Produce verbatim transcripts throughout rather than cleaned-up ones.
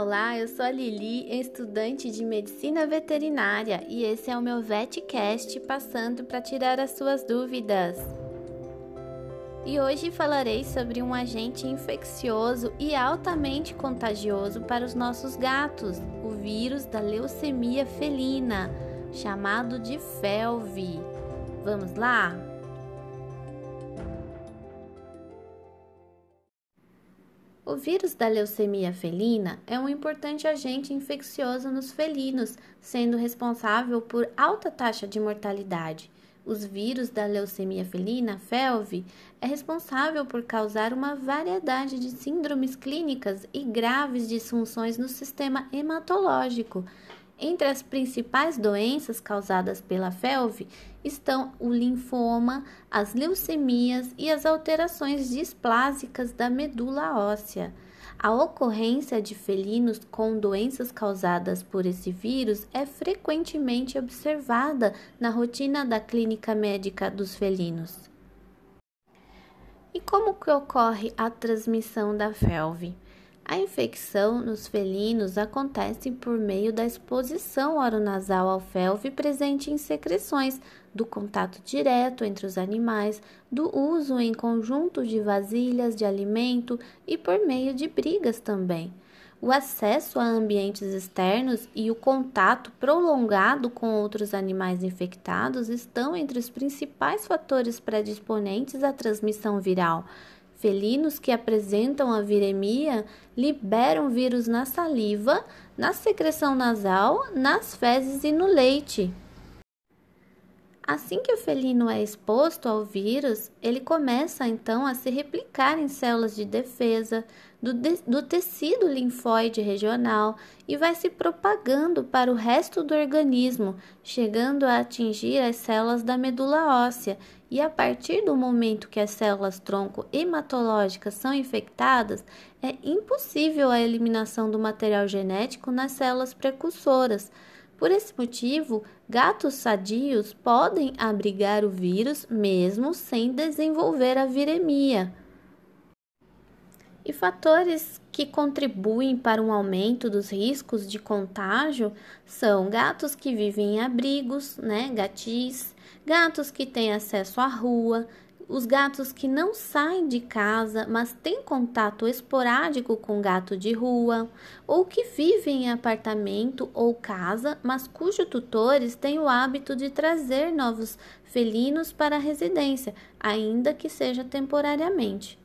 Olá, eu sou a Lili, estudante de Medicina Veterinária, e esse é o meu VetCast passando para tirar as suas dúvidas. E hoje falarei sobre um agente infeccioso e altamente contagioso para os nossos gatos, o vírus da leucemia felina, chamado de F E L V. Vamos lá? O vírus da leucemia felina é um importante agente infeccioso nos felinos, sendo responsável por alta taxa de mortalidade. Os vírus da leucemia felina, F E L V, é responsável por causar uma variedade de síndromes clínicas e graves disfunções no sistema hematológico. Entre as principais doenças causadas pela F E L V estão o linfoma, as leucemias e as alterações displásicas da medula óssea. A ocorrência de felinos com doenças causadas por esse vírus é frequentemente observada na rotina da clínica médica dos felinos. E como que ocorre a transmissão da F E L V? A infecção nos felinos acontece por meio da exposição oronasal ao F E L V presente em secreções, do contato direto entre os animais, do uso em conjunto de vasilhas de alimento e por meio de brigas também. O acesso a ambientes externos e o contato prolongado com outros animais infectados estão entre os principais fatores predisponentes à transmissão viral. Felinos que apresentam a viremia liberam vírus na saliva, na secreção nasal, nas fezes e no leite. Assim que o felino é exposto ao vírus, ele começa então a se replicar em células de defesa do, de, do tecido linfóide regional e vai se propagando para o resto do organismo, chegando a atingir as células da medula óssea. E a partir do momento que as células tronco hematológicas são infectadas, é impossível a eliminação do material genético nas células precursoras. Por esse motivo, gatos sadios podem abrigar o vírus mesmo sem desenvolver a viremia. E fatores que contribuem para um aumento dos riscos de contágio são gatos que vivem em abrigos, né, gatis, gatos que têm acesso à rua, os gatos que não saem de casa, mas têm contato esporádico com gato de rua, ou que vivem em apartamento ou casa, mas cujos tutores têm o hábito de trazer novos felinos para a residência, ainda que seja temporariamente.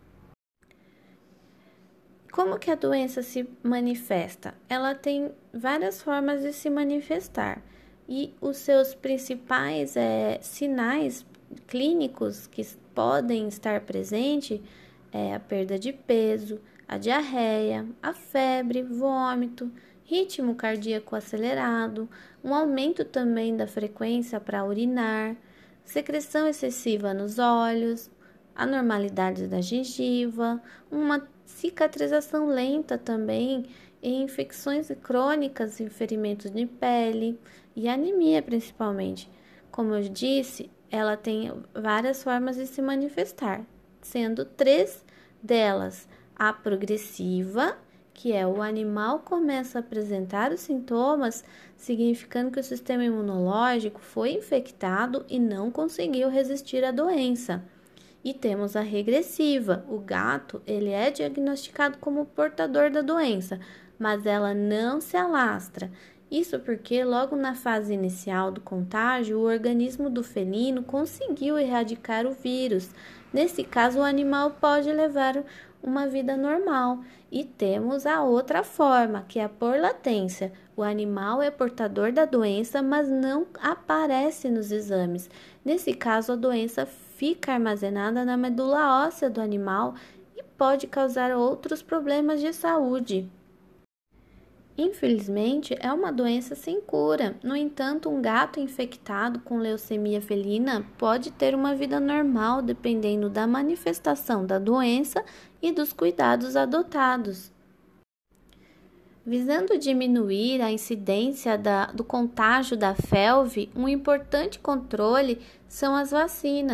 Como que a doença se manifesta? Ela tem várias formas de se manifestar e os seus principais é, sinais clínicos que podem estar presentes é a perda de peso, a diarreia, a febre, vômito, ritmo cardíaco acelerado, um aumento também da frequência para urinar, secreção excessiva nos olhos, anormalidades da gengiva, uma cicatrização lenta também em infecções crônicas e ferimentos de pele e anemia principalmente. Como eu disse, ela tem várias formas de se manifestar, sendo três delas a progressiva, que é o animal começa a apresentar os sintomas, significando que o sistema imunológico foi infectado e não conseguiu resistir à doença. E temos a regressiva, o gato ele é diagnosticado como portador da doença, mas ela não se alastra. Isso porque logo na fase inicial do contágio, o organismo do felino conseguiu erradicar o vírus. Nesse caso, o animal pode levar uma vida normal. E temos a outra forma, que é a por latência. O animal é portador da doença, mas não aparece nos exames. Nesse caso, a doença fica armazenada na medula óssea do animal e pode causar outros problemas de saúde. Infelizmente, é uma doença sem cura. No entanto, um gato infectado com leucemia felina pode ter uma vida normal dependendo da manifestação da doença e dos cuidados adotados. Visando diminuir a incidência da, do contágio da F E L V, um importante controle são as vacinas,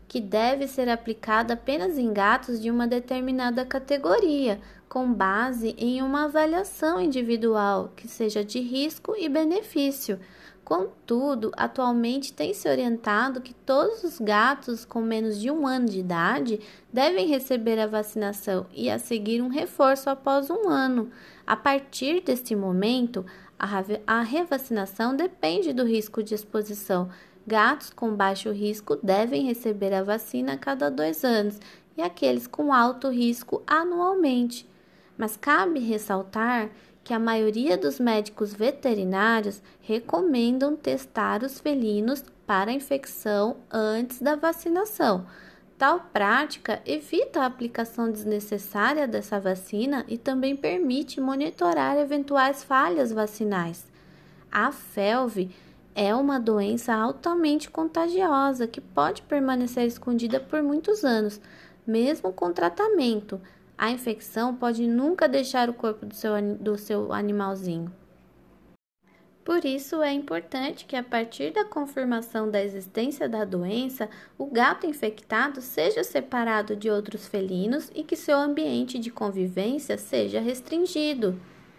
que deve ser aplicada apenas em gatos de uma determinada categoria, com base em uma avaliação individual que seja de risco e benefício. Contudo, atualmente tem se orientado que todos os gatos com menos de um ano de idade devem receber a vacinação e a seguir um reforço após um ano. A partir deste momento, a revacinação depende do risco de exposição. Gatos com baixo risco devem receber a vacina a cada dois anos e aqueles com alto risco anualmente. Mas cabe ressaltar que a maioria dos médicos veterinários recomendam testar os felinos para a infecção antes da vacinação. Tal prática evita a aplicação desnecessária dessa vacina e também permite monitorar eventuais falhas vacinais. A felve é uma doença altamente contagiosa que pode permanecer escondida por muitos anos, mesmo com tratamento. A infecção pode nunca deixar o corpo do seu, do seu animalzinho. Por isso, é importante que, a partir da confirmação da existência da doença, o gato infectado seja separado de outros felinos e que seu ambiente de convivência seja restringido.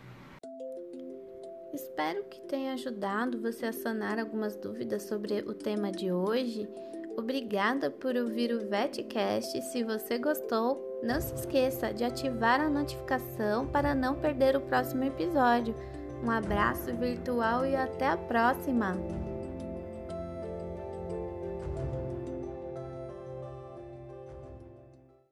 Espero que tenha ajudado você a sanar algumas dúvidas sobre o tema de hoje. Obrigada por ouvir o VetCast. Se você gostou, não se esqueça de ativar a notificação para não perder o próximo episódio. Um abraço virtual e até a próxima!